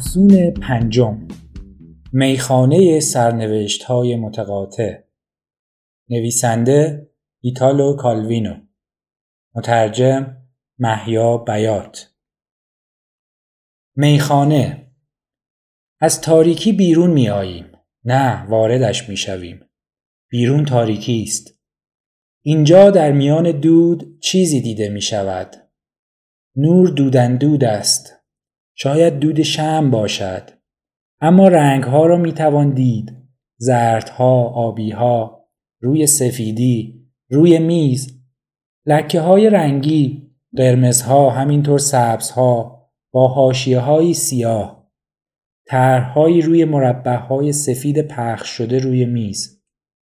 افزون پنجم، میخانه سرنوشت‌های متقاطع. نویسنده ایتالو کالوینو، مترجم محیا بیات. میخانه. از تاریکی بیرون می آییم، نه واردش می شویم. بیرون تاریکی است. اینجا در میان دود چیزی دیده می شود. نور دودندود است. شاید دود شمع باشد. اما رنگها را می توان دید. زردها، آبیها، روی سفیدی، روی میز، لکه های رنگی، قرمزها، همینطور سبزها، با حاشیه‌های سیاه، طرح‌هایی روی مربع‌های سفید پخش شده روی میز.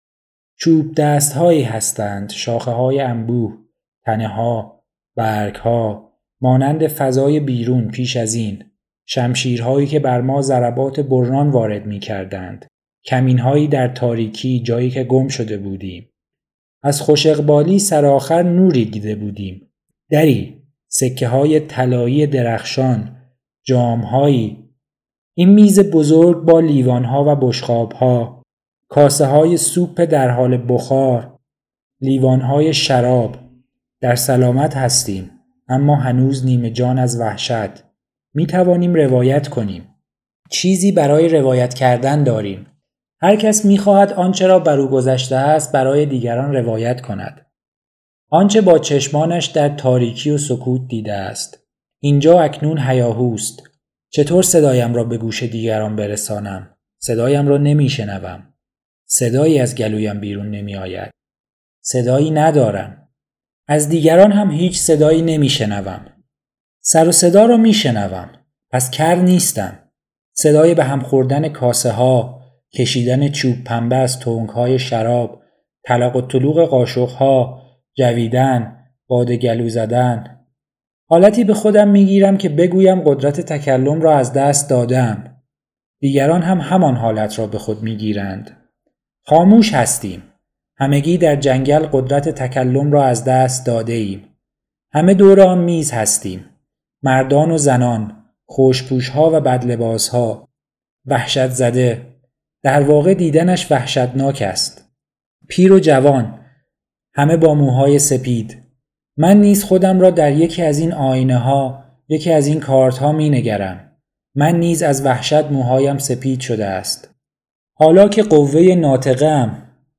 چوب دست‌هایی هستند، شاخه‌های انبوه، تنه‌ها، برگ‌ها، مانند فضای بیرون پیش از این، شمشیرهایی که بر ما ضربات بران وارد می‌کردند، کمین‌هایی در تاریکی، جایی که گم شده بودیم. از خوش اقبالی سرآخر نوری دیده بودیم. دری، سکه‌های طلایی درخشان، جام‌هایی، این میز بزرگ با لیوان‌ها و بشقاب‌ها، کاسه‌های سوپ در حال بخار، لیوان‌های شراب. در سلامت هستیم، اما هنوز نیمه جان از وحشت. می توانیم روایت کنیم. چیزی برای روایت کردن داریم. هر کس می خواهد آنچه را بر او گذشته است برای دیگران روایت کند. آنچه با چشمانش در تاریکی و سکوت دیده است. اینجا اکنون هیاهوست. چطور صدایم را به گوش دیگران برسانم؟ صدایم را نمی شنوم. صدایی از گلویم بیرون نمی آید. صدایی ندارم. از دیگران هم هیچ صدایی نمی شنوم. سر و صدا را می شنوم. پس کر نیستم. صدای به هم خوردن کاسه ها، کشیدن چوب پنبه از تنگ های شراب، تلق و طلوق قاشق ها، جویدن، باد گلو زدن. حالتی به خودم می گیرم که بگویم قدرت تکلم را از دست دادم. دیگران هم همان حالت را به خود می گیرند. خاموش هستیم. همگی در جنگل قدرت تکلم را از دست داده ایم. همه دور آن میز هستیم. مردان و زنان، خوشپوش‌ها و بدلباس‌ها، وحشت زده. در واقع دیدنش وحشتناک است. پیر و جوان، همه با موهای سپید. من نیز خودم را در یکی از این آینه‌ها، یکی از این کارت‌ها می‌نگرم. من نیز از وحشت موهایم سپید شده است. حالا که قوه ناطقه‌ام،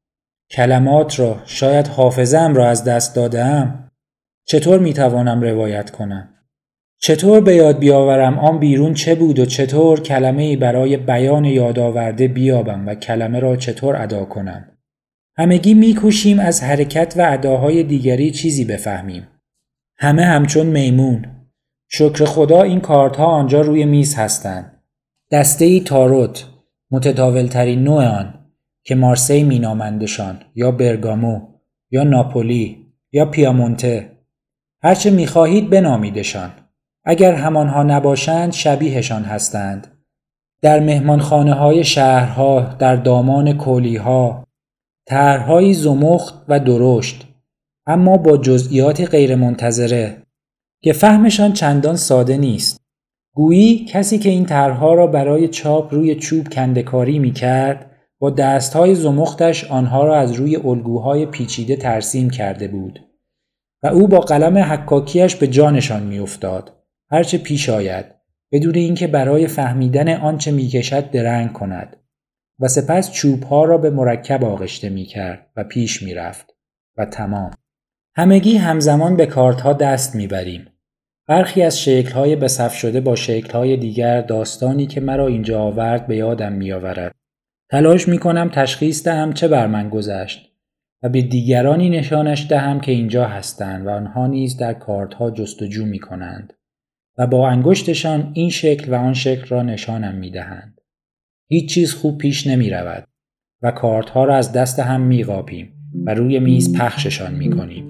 کلمات را، شاید حافظه‌ام را از دست داده‌ام، چطور می‌توانم روایت کنم؟ چطور به یاد بیاورم آن بیرون چه بود و چطور کلمه‌ای برای بیان یادآورده بیابم و کلمه را چطور ادا کنم؟ همگی می‌کوشیم از حرکت و اداهای دیگری چیزی بفهمیم. همه همچون میمون. شکر خدا این کارت‌ها آنجا روی میز هستند. دسته‌ای تاروت، متداول‌ترین نوع آن، که مارسی مینامندشان، یا برگامو، یا ناپولی، یا پیامونته. هرچه می‌خواهید بنامیدشان. اگر همانها نباشند شبیهشان هستند. در مهمانخانه‌های شهرها، در دامان کولی‌ها، طرح‌هایی زمخت و درشت، اما با جزئیات غیرمنتظره که فهمشان چندان ساده نیست. گویی کسی که این طرح‌ها را برای چاپ روی چوب کنده‌کاری می‌کرد، با دست‌های زمختش آنها را از روی الگوهای پیچیده ترسیم کرده بود و او با قلم حکاکیش به جانشان می‌افتاد، هرچه پیش آید، بدون اینکه برای فهمیدن آنچه می‌کشد درنگ کند، و سپس چوب‌ها را به مرکب آغشته می‌کرد و پیش می‌رفت و تمام. همگی همزمان به کارت‌ها دست می‌بریم. برخی از شکل‌های به صف شده با شکل‌های دیگر، داستانی که مرا اینجا آورد به یادم می‌آورد. تلاش می‌کنم تشخیص دهم چه بر من گذشت و به دیگرانی نشانش دهم که اینجا هستند و آنها نیز در کارت‌ها جستجو می‌کنند و با انگشتشان این شکل و آن شکل را نشانم می‌دهند. هیچ چیز خوب پیش نمی‌رود و کارت‌ها را از دست هم می‌قاپیم و روی میز پخششان می‌کنیم.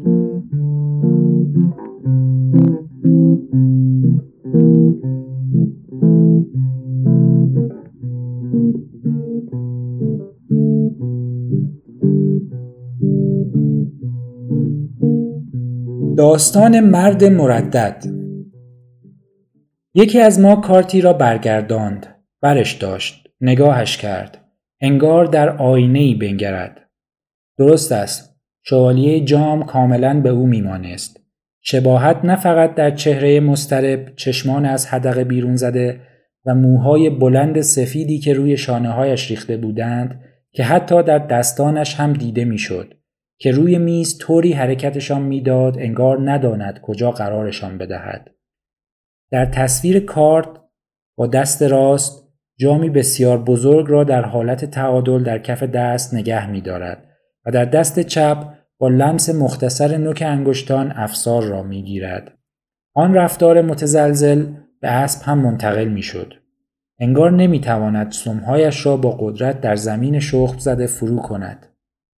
داستان مرد مردد. یکی از ما کارتی را برگرداند. برش داشت. نگاهش کرد. انگار در آینه‌ای بنگرد. درست است. شوالیه جام کاملاً به او میمانست. شباهت نه فقط در چهره مضطرب، چشمان از حدقه بیرون زده و موهای بلند سفیدی که روی شانه‌هایش ریخته بودند که حتی در دستانش هم دیده میشد که روی میز طوری حرکتشان میداد انگار نداند کجا قرارشان بدهد. در تصویر کارت با دست راست جامی بسیار بزرگ را در حالت تعادل در کف دست نگه می‌دارد و در دست چپ با لمس مختصر نوک انگشتان افسار را می‌گیرد. آن رفتار متزلزل به اسب هم منتقل می‌شد. انگار نمی‌تواند سم‌هایش را با قدرت در زمین شخم زده فرو کند.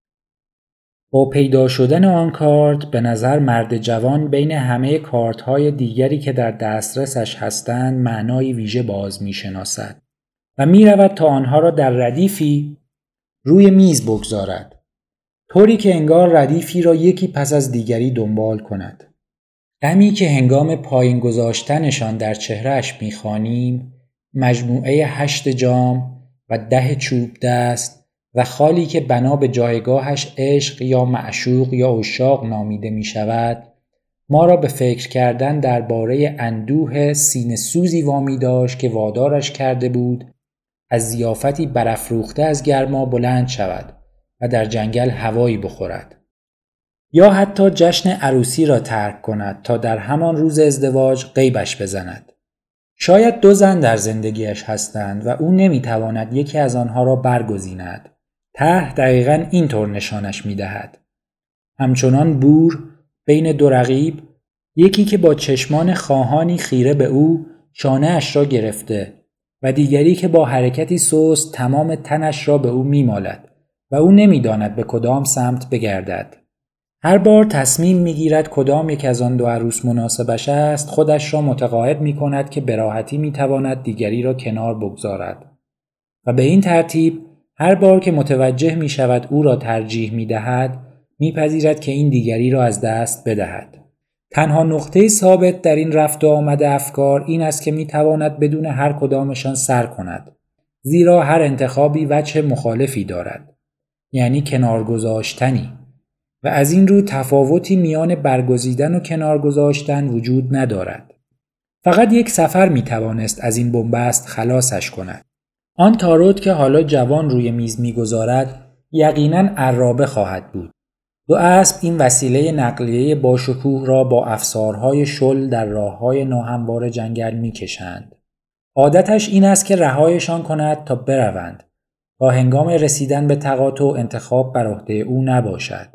با پیدا شدن آن کارت به نظر مرد جوان بین همه کارت‌های دیگری که در دسترسش هستند معنای ویژه باز می‌شناسد و می‌رود تا آنها را در ردیفی روی میز بگذارد، طوری که انگار ردیفی را یکی پس از دیگری دنبال کند. غمی که هنگام پایین گذاشتنشان در چهرهش می‌خوانیم، مجموعه 8 جام و 10 چوب دست و خالی که بنا به جایگاهش عشق یا معشوق یا عشاق نامیده می شود، ما را به فکر کردن درباره اندوه سینه سوزی وامی داشت که وادارش کرده بود از ضیافتی برافروخته از گرما بلند شود و در جنگل هوایی بخورد. یا حتی جشن عروسی را ترک کند تا در همان روز ازدواج غیبش بزند. شاید 2 زن در زندگیش هستند و او نمیتواند یکی از آنها را برگزیند. طرح دقیقاً اینطور نشانش میدهد. همچنان بور بین 2 رقیب، یکی که با چشمان خواهانی خیره به او شانه اش را گرفته و دیگری که با حرکتی سست تمام تنش را به او میمالد و او نمیداند به کدام سمت بگردد. هر بار تصمیم میگیرد کدام یک از آن 2 عروس مناسبش است، خودش را متقاعد میکند که به راحتی میتواند دیگری را کنار بگذارد و به این ترتیب هر بار که متوجه می شود او را ترجیح می دهد، می پذیرد که این دیگری را از دست بدهد. تنها نقطه ثابت در این رفت و آمد افکار این است که می تواند بدون هر کدامشان سر کند. زیرا هر انتخابی وجه مخالفی دارد. یعنی کنار گذاشتنی. و از این رو تفاوتی میان برگزیدن و کنار گذاشتن وجود ندارد. فقط یک سفر می توانست از این بنبست خلاصش کند. آن تاروت که حالا جوان روی میز می‌گذارد یقیناً عرابه خواهد بود. 2 اسب این وسیله نقلیه با شکوه را با افسارهای شل در راه‌های ناهموار جنگل می‌کشند. عادتش این است که رهایشان کند تا بروند تا هنگام رسیدن به تقاطع انتخاب بر عهده او نباشد.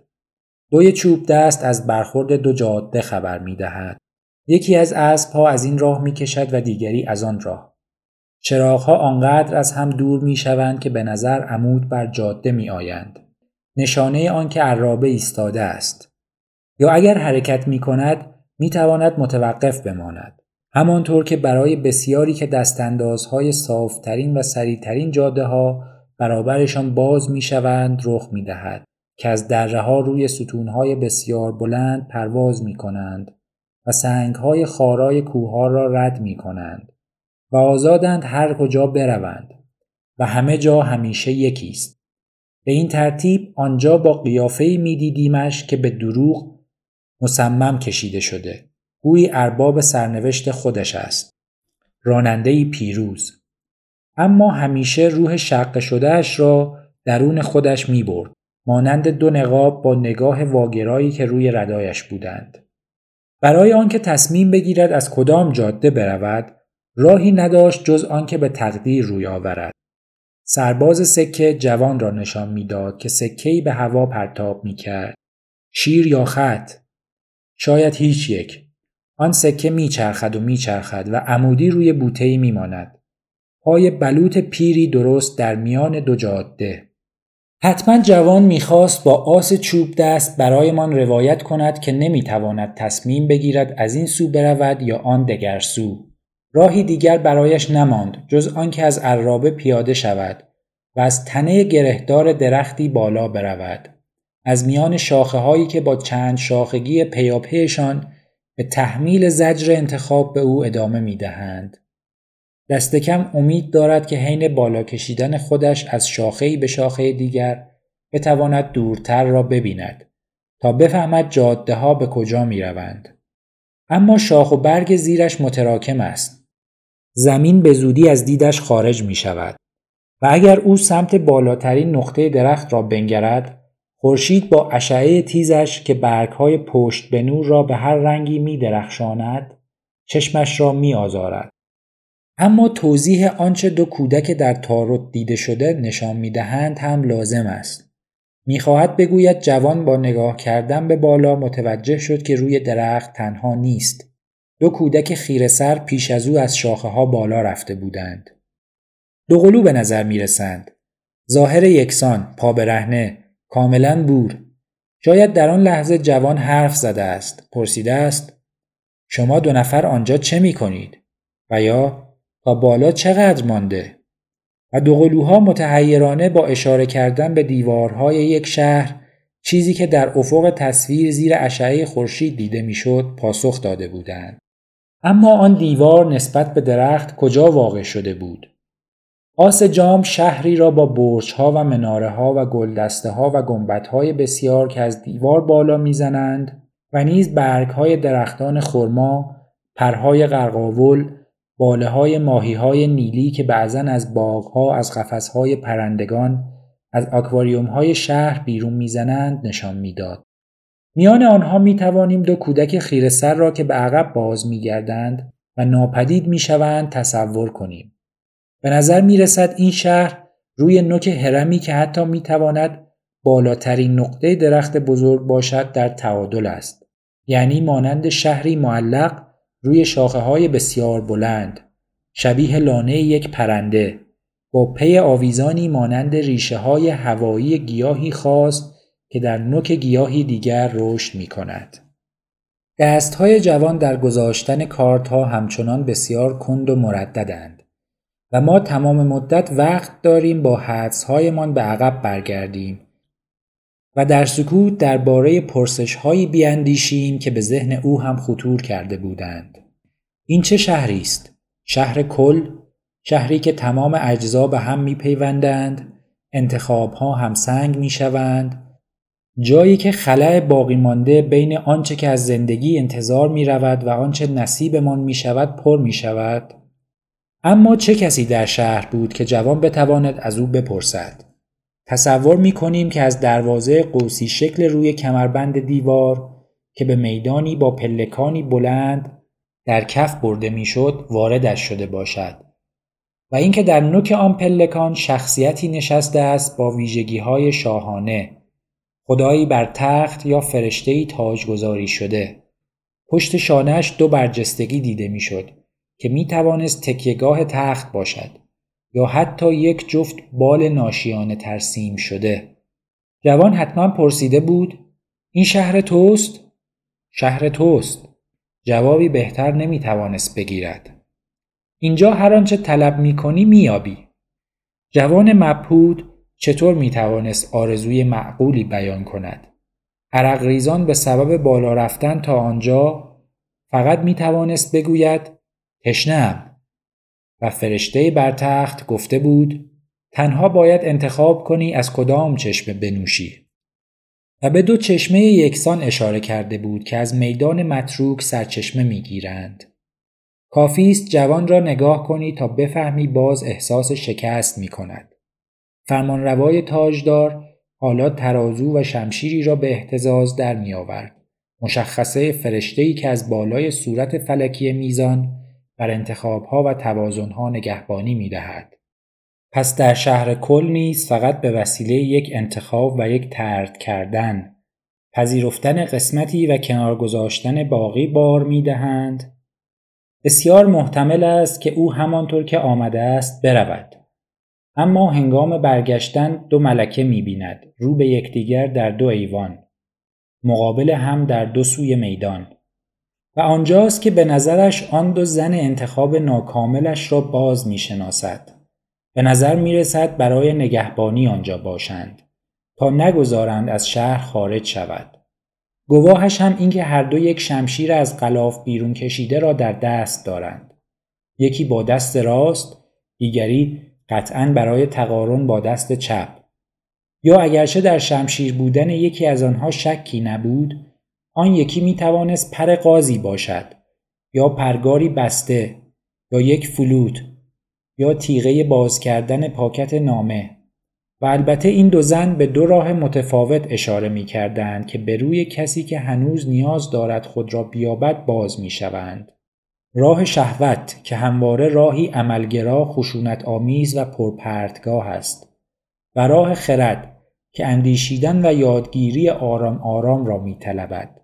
2 چوب دست از برخورد 2 جاده خبر می‌دهد. یکی از اسب‌ها از این راه می‌کشد و دیگری از آن راه. چراغ‌ها آنقدر از هم دور می‌شوند که به نظر عمود بر جاده می‌آیند. نشانه آن که عرابه ایستاده است. یا اگر حرکت می‌کند می‌تواند متوقف بماند. همانطور که برای بسیاری که دستاندازهای صافترین و سریعترین جاده‌ها برابرشان باز می‌شوند رخ می‌دهد که از دره‌ها روی ستون‌های بسیار بلند پرواز می‌کنند و سنگ‌های خارای کوه‌ها را رد می‌کنند. و آزادند هر کجا بروند و همه جا همیشه یکیست. به این ترتیب آنجا با قیافه‌ای می‌دیدیمش که به دروغ مصمم کشیده شده. گویی ارباب سرنوشت خودش است. راننده‌ای پیروز. اما همیشه روح شق شدهش را درون خودش می‌برد. مانند 2 نقاب با نگاه واگرایی که روی ردایش بودند. برای آنکه تصمیم بگیرد از کدام جاده برود، راهی نداشت جز آنکه به تقدیر روی آورد. سرباز سکه جوان را نشان می‌داد که سکه‌ای به هوا پرتاب می‌کرد. شیر یا خط؟ شاید هیچ یک. آن سکه میچرخد و میچرخد و عمودی روی بوته‌ای میماند. پای بلوط پیری درست در میان 2 جاده. حتما جوان میخواست با آس چوب دست برایمان روایت کند که نمیتواند تصمیم بگیرد از این سو برود یا آن دگر سو. راهی دیگر برایش نماند جز آنکه از عرابه پیاده شود و از تنه گرهدار درختی بالا برود. از میان شاخه هایی که با چند شاخگی پیاپیشان به تحمیل زجر انتخاب به او ادامه می دهند. دست کم امید دارد که حین بالا کشیدن خودش از شاخه‌ای به شاخه دیگر بتواند دورتر را ببیند تا بفهمد جاده ها به کجا می روند. اما شاخ و برگ زیرش متراکم است. زمین به زودی از دیدش خارج می شود و اگر او سمت بالاترین نقطه درخت را بنگرد، خورشید با اشعه تیزش که برگ‌های پشت به نور را به هر رنگی می درخشاند، چشمش را می آزارد. اما توضیح آنچه دو کودک در تاروت دیده شده نشان می دهند هم لازم است. می خواهد بگوید جوان با نگاه کردن به بالا متوجه شد که روی درخت تنها نیست. دو کودک خیره سر پیش از او از شاخه ها بالا رفته بودند. دوقلو به نظر می رسند. ظاهر یکسان، پا برهنه، کاملا بور. شاید در آن لحظه جوان حرف زده است. پرسیده است: شما دو نفر آنجا چه می کنید؟ و یا تا بالا چقدر مانده؟ و دوقلوها متحیرانه با اشاره کردن به دیوارهای یک شهر، چیزی که در افق تصویر زیر اشعه خورشید دیده میشد، پاسخ داده بودند. اما آن دیوار نسبت به درخت کجا واقع شده بود؟ آس جام شهری را با برج‌ها و مناره‌ها و گلدسته‌ها و گنبدهای بسیار که از دیوار بالا میزنند و نیز برگ‌های درختان خرما، پرهای قرقاول، باله‌های ماهی‌های نیلی که بعضاً از باغ‌ها، از قفس‌های پرندگان، از آکواریوم‌های شهر بیرون میزنند نشان میداد. میان آنها میتوانیم دو کودک خیره سر را که به عقب باز میگردند و ناپدید میشوند تصور کنیم. به نظر می رسد این شهر روی نوک هرمی که حتی می تواند بالاترین نقطه درخت بزرگ باشد در تعادل است. یعنی مانند شهری معلق روی شاخه های بسیار بلند، شبیه لانه یک پرنده، با پی آویزانی مانند ریشه های هوایی گیاهی خاص که در نوک گیاهی دیگر رشد می کند. دست های جوان در گذاشتن کارت ها همچنان بسیار کند و مرددند. و ما تمام مدت وقت داریم با حدس‌هایمان به عقب برگردیم و در سکوت درباره پرسش‌هایی بیاندیشیم که به ذهن او هم خطور کرده بودند. این چه شهری است؟ شهر کل؟ شهری که تمام اجزا به هم می‌پیوندند، انتخاب‌ها همسنگ می‌شوند، جایی که خلأ باقی مانده بین آنچه که از زندگی انتظار می‌رود و آنچه نصیبمان می‌شود پر می‌شود. اما چه کسی در شهر بود که جوان بتواند از او بپرسد؟ تصور می کنیم که از دروازه قوسی شکل روی کمربند دیوار که به میدانی با پلکانی بلند در کف برده می شد واردش شده باشد و اینکه در نوک آن پلکان شخصیتی نشسته است با ویژگی‌های شاهانه، خدایی بر تخت یا فرشته‌ای تاجگذاری شده. پشت شانه‌اش دو برجستگی دیده می شد که می توانست تکیه‌گاه تخت باشد یا حتی یک جفت بال ناشیانه ترسیم شده. جوان حتما پرسیده بود: این شهر توست؟ شهر توست. جوابی بهتر نمی توانست بگیرد. اینجا هر آنچه طلب می کنی می یابی. جوان مبهوت چطور می توانست آرزوی معقولی بیان کند؟ عرق ریزان به سبب بالا رفتن تا آنجا فقط می توانست بگوید تشنه‌ام و فرشته بر تخت گفته بود تنها باید انتخاب کنی از کدام چشمه بنوشی و به دو چشمه یکسان اشاره کرده بود که از میدان متروک سرچشمه میگیرند. کافی است جوان را نگاه کنی تا بفهمی باز احساس شکست می کند. فرمانروای تاجدار حالا ترازو و شمشیری را به اهتزاز در می آورد. مشخصه فرشته‌ای که از بالای صورت فلکی میزان بر انتخاب‌ها و توازن‌ها نگهبانی می‌دهد. پس در شهر کل نیز فقط به وسیله یک انتخاب و یک طرد کردن، پذیرفتن قسمتی و کنار گذاشتن باقی بار می‌دهند. بسیار محتمل است که او همانطور که آمده است برود. اما هنگام برگشتن دو ملکه می‌بیند، رو به یکدیگر در دو ایوان، مقابل هم در دو سوی میدان. و آنجاست که به نظرش آن دو زن انتخاب ناکاملش را باز می شناسد. به نظر می رسد برای نگهبانی آنجا باشند تا نگذارند از شهر خارج شود. گواهش هم این که هر دو یک شمشیر از غلاف بیرون کشیده را در دست دارند. یکی با دست راست، دیگری قطعاً برای تقارن با دست چپ. یا اگرچه در شمشیر بودن یکی از آنها شکی نبود، آن یکی می توانست پر غازی باشد، یا پرگاری بسته، یا یک فلوت، یا تیغه باز کردن پاکت نامه. و البته این دو زن به دو راه متفاوت اشاره می کردند که به روی کسی که هنوز نیاز دارد خود را بیابد باز می شوند. راه شهوت که همواره راهی عملگرا، خشونت آمیز و پرپرتگاه است، و راه خرد که اندیشیدن و یادگیری آرام آرام را می طلبد.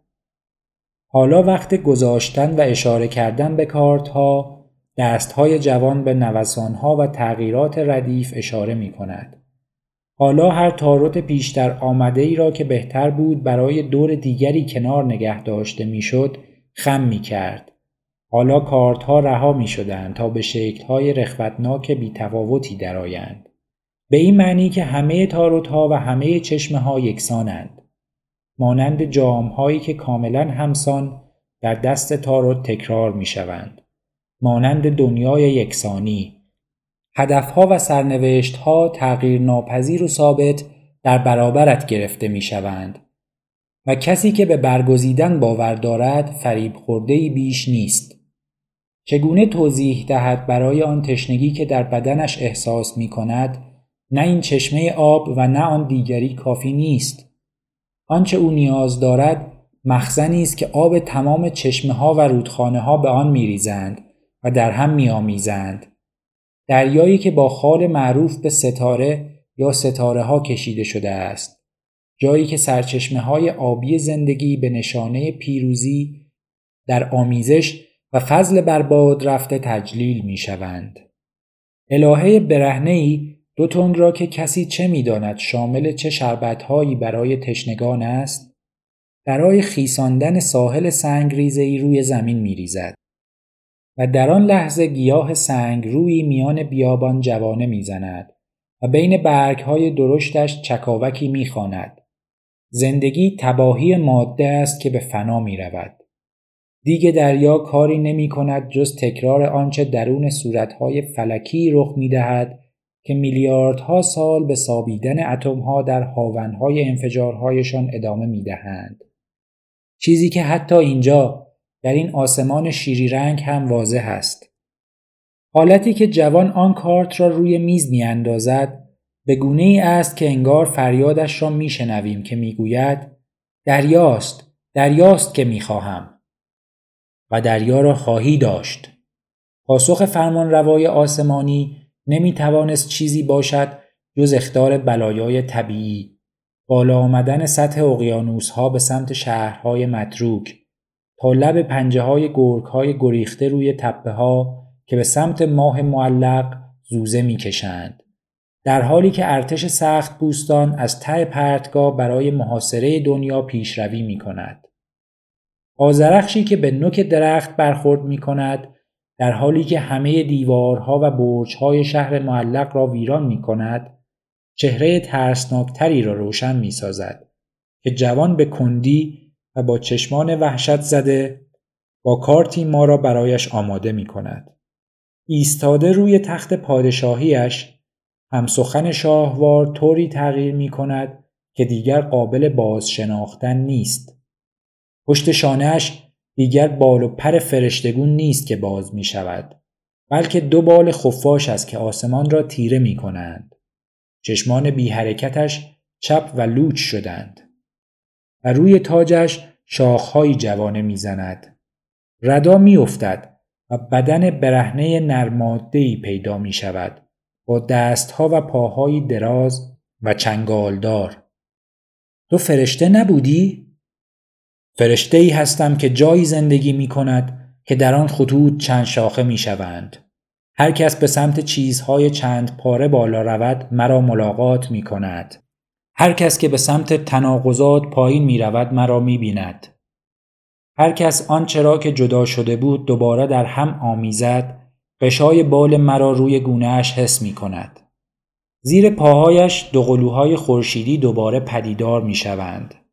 حالا وقت گذاشتن و اشاره کردن به کارت‌ها، دست‌های جوان به نوسان‌ها و تغییرات ردیف اشاره می کند. حالا هر تاروت پیشتر آمده ای را که بهتر بود برای دور دیگری کنار نگه داشته می شد، خم می کرد. حالا کارت‌ها رها می شدند تا به شکل‌های رخوتناک بی‌تفاوتی درآیند. به این معنی که همه تاروت‌ها و همه چشمه‌ها یکسانند. مانند جام‌هایی که کاملاً همسان در دست تاروت تکرار می شوند. مانند دنیای یکسانی. هدفها و سرنوشتها تغییر ناپذیر و ثابت در برابرت گرفته می شوند و کسی که به برگزیدن باور دارد فریب خورده‌ای بیش نیست. چگونه توضیح دهد برای آن تشنگی که در بدنش احساس می کند نه این چشمه آب و نه آن دیگری کافی نیست؟ آنچه او نیاز دارد مخزنی است که آب تمام چشمه‌ها و رودخانه‌ها به آن می ریزند و در هم می آمیزند. دریایی که با خال معروف به ستاره یا ستاره ها کشیده شده است. جایی که سرچشمه های آبی زندگی به نشانه پیروزی در آمیزش و فضل برباد رفته تجلیل می شوند. الهه برهنه‌ای دو تنگ را که کسی چه می داند شامل چه شربت‌هایی برای تشنگان است، برای خیساندن ساحل سنگریزه‌ای روی زمین می ریزد. و در آن لحظه گیاه سنگ روی میان بیابان جوانه میزند و بین برگ‌های درشتش چکاوکی میخواند. زندگی تباهی ماده است که به فنا میرود. دیگ دریا کاری نمی کند جز تکرار آنچه درون صورت‌های فلکی رخ میدهد که میلیاردها سال به سابیدن اتم‌ها در هاون‌های انفجارهایشان ادامه میدهند. چیزی که حتی اینجا در این آسمان شیری رنگ هم واضح است. حالتی که جوان آن کارت را روی میز می اندازد به گونه ای است که انگار فریادش را می شنویم که می گوید دریاست، دریاست که می خواهم. و دریا را خواهی داشت. پاسخ فرمانروای آسمانی نمی توانست چیزی باشد جز اخطار بلایای طبیعی، بالا آمدن سطح اقیانوس‌ها به سمت شهرهای متروک، تا لب پنجه‌های گرگ‌های گریخته روی تپه‌ها که به سمت ماه معلق زوزه می‌کشند، در حالی که ارتش سخت پوستان از ته پرتگاه برای محاصره دنیا پیشروی می‌کند. آذرخشی که به نوک درخت برخورد می‌کند، در حالی که همه دیوارها و برج‌های شهر معلق را ویران می‌کند، چهره ترسناکتری را روشن می‌سازد که جوان به کندی و با چشمان وحشت زده با کارتی ما را برایش آماده می کند. ایستاده روی تخت پادشاهیش هم سخن شاهوار طوری تغییر می کند که دیگر قابل باز شناختن نیست. پشت شانه‌اش دیگر بال و پر فرشتگون نیست که باز می شود، بلکه دو بال خفاش است که آسمان را تیره می کنند. چشمان بی حرکتش چپ و لوچ شدند. و روی تاجش شاخهایی جوانه میزند. ردا میافتد و بدن برهنه نرماده‌ای پیدا می شود با دستها و پاهایی دراز و چنگالدار. تو فرشته نبودی؟ فرشته‌ای هستم که جایی زندگی می کند که در آن خطوط چند شاخه می شوند. هر کس به سمت چیزهای چند پاره بالا رود مرا ملاقات می کند. هر کس که به سمت تناقضات پایین می رود مرا می بیند. هر کس آنچه را که جدا شده بود دوباره در هم آمیزد، غشای بال مرا روی گونه‌اش حس می کند. زیر پاهایش دو قلوهای خورشیدی دوباره پدیدار می شوند.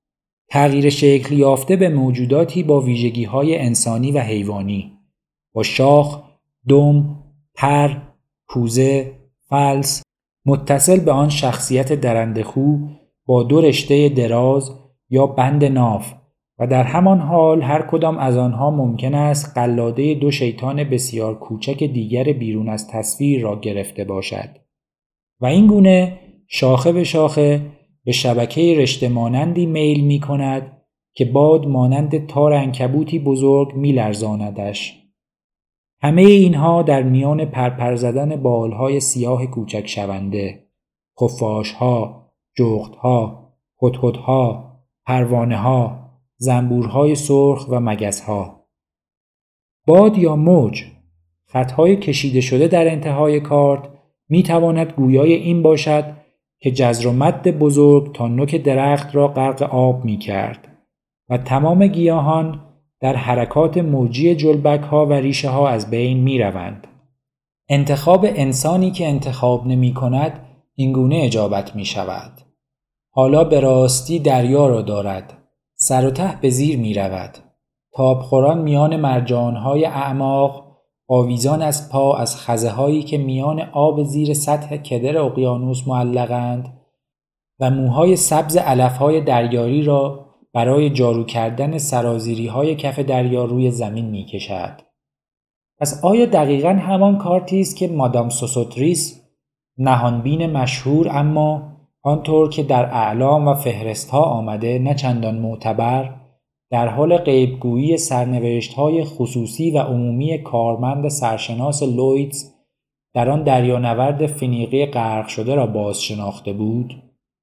تغییر شکل یافته به موجوداتی با ویژگی‌های انسانی و حیوانی، با شاخ، دم، پر، کوزه، فلس، متصل به آن شخصیت درنده‌خو با 2 رشته دراز یا بند ناف و در همان حال هر کدام از آنها ممکن است قلاده 2 شیطان بسیار کوچک دیگر بیرون از تصویر را گرفته باشد و این گونه شاخه به شاخه به شبکه رشته مانندی میل می کند که باد مانند تار عنکبوتی بزرگ می لرزاندش. همه اینها در میان پرپر زدن بالهای سیاه کوچک شونده، خفاشها، جغدها، هدهدها، پروانه‌ها، زنبورهای سرخ و مگسها. باد یا موج، خطهای کشیده شده در انتهای کارد می تواند گویای این باشد که جزر و مد بزرگ تا نوک درخت را غرق آب می کرد و تمام گیاهان در حرکات موجی جلبک ها و ریشه ها از بین می روند. انتخاب انسانی که انتخاب نمی کند اینگونه اجابت می شود. حالا به راستی دریا را دارد، سر و ته به زیر می رود. تابخوران میان مرجانهای اعماق، آویزان از پا از خزه هایی که میان آب زیر سطح کدر اقیانوس معلقند و موهای سبز علفهای دریایی را برای جارو کردن سرازیری های کف دریا روی زمین می کشد. پس آیا دقیقاً همان کارتی است که مادام سوسوتریس، نهانبین مشهور اما آنطور که در اعلام و فهرست‌ها آمده نه چندان معتبر، در حال غیبگویی سرنوشت‌های خصوصی و عمومی کارمند سرشناس لویدز در آن دریانورد فنیقی غرق شده را باز شناخته بود؟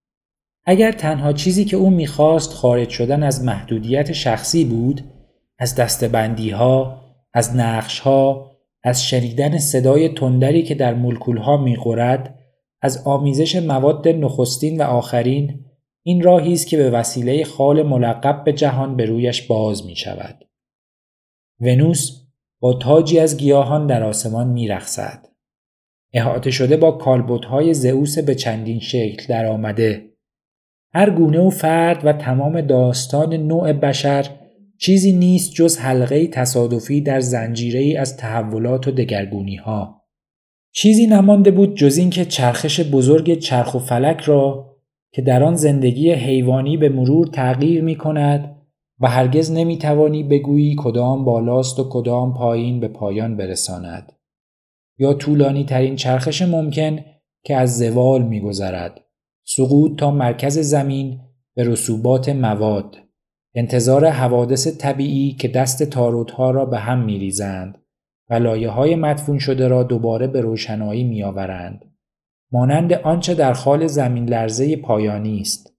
اگر تنها چیزی که او می‌خواست خارج شدن از محدودیت شخصی بود، از دسته‌بندی‌ها، از نقش‌ها، از شنیدن صدای تندری که در مولکول‌ها می‌غرد، از آمیزش مواد نخستین و آخرین، این راهی است که به وسیله خال ملقب به جهان به رویش باز می‌شود. ونوس با تاجی از گیاهان در آسمان می‌رقصد، احاطه شده با کالبدهای زئوس به چندین شکل درآمده. هر گونه و فرد و تمام داستان نوع بشر چیزی نیست جز حلقه‌ای تصادفی در زنجیره‌ای از تحولات و دگرگونی‌ها. چیزی نمانده بود جز این که چرخش بزرگ چرخ و فلک را که در آن زندگی حیوانی به مرور تغییر می‌کند و هرگز نمی‌توانی بگویی کدام بالاست و کدام پایین به پایان برساند، یا طولانی ترین چرخش ممکن که از زوال می‌گذرد، سقوط تا مرکز زمین به رسوبات مواد، انتظار حوادث طبیعی که دست تاروت‌ها را به هم می‌ریزند و لایه‌های مدفون شده را دوباره به روشنایی می‌آورند، مانند آنچه در خال زمین لرزه پایانی است.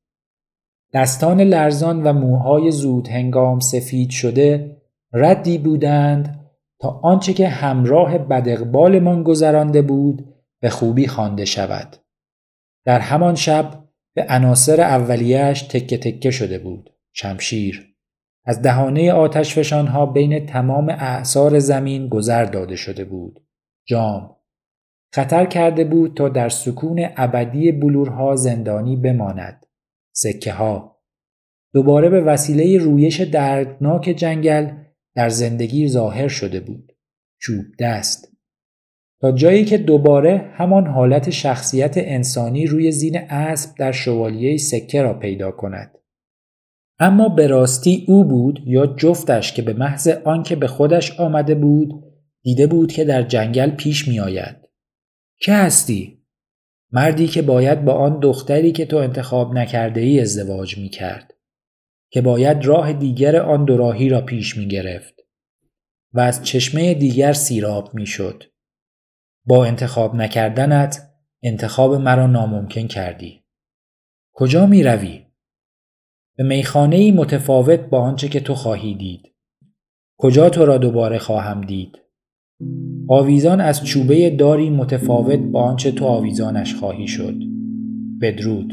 دستان لرزان و موهای زود هنگام سفید شده ردی بودند تا آنچه که همراه بداقبالمان گذرانده بود به خوبی خوانده شود. در همان شب به عناصر اولیه‌اش تکه تکه شده بود. شمشیر از دهانه آتشفشان‌ها بین تمام اعصار زمین گذر داده شده بود. جام خطر کرده بود تا در سکون ابدی بلورها زندانی بماند. سکه‌ها دوباره به وسیله رویش دردناک جنگل در زندگی ظاهر شده بود. چوب دست تا جایی که دوباره همان حالت شخصیت انسانی روی زین اسب در شوالیه سکه را پیدا کند. اما به راستی او بود یا جفتش که به محض آنکه به خودش آمده بود دیده بود که در جنگل پیش می آید. که هستی؟ مردی که باید با آن دختری که تو انتخاب نکرده ای ازدواج می کرد. که باید راه دیگر آن دوراهی را پیش می گرفت و از چشمه دیگر سیراب می شد. با انتخاب نکردنت انتخاب مرا ناممکن کردی. کجا می روی؟ به میخانه‌ای متفاوت با آنچه که تو خواهی دید. کجا تو را دوباره خواهم دید؟ آویزان از چوبه داری متفاوت با آنچه تو آویزانش خواهی شد. بدرود.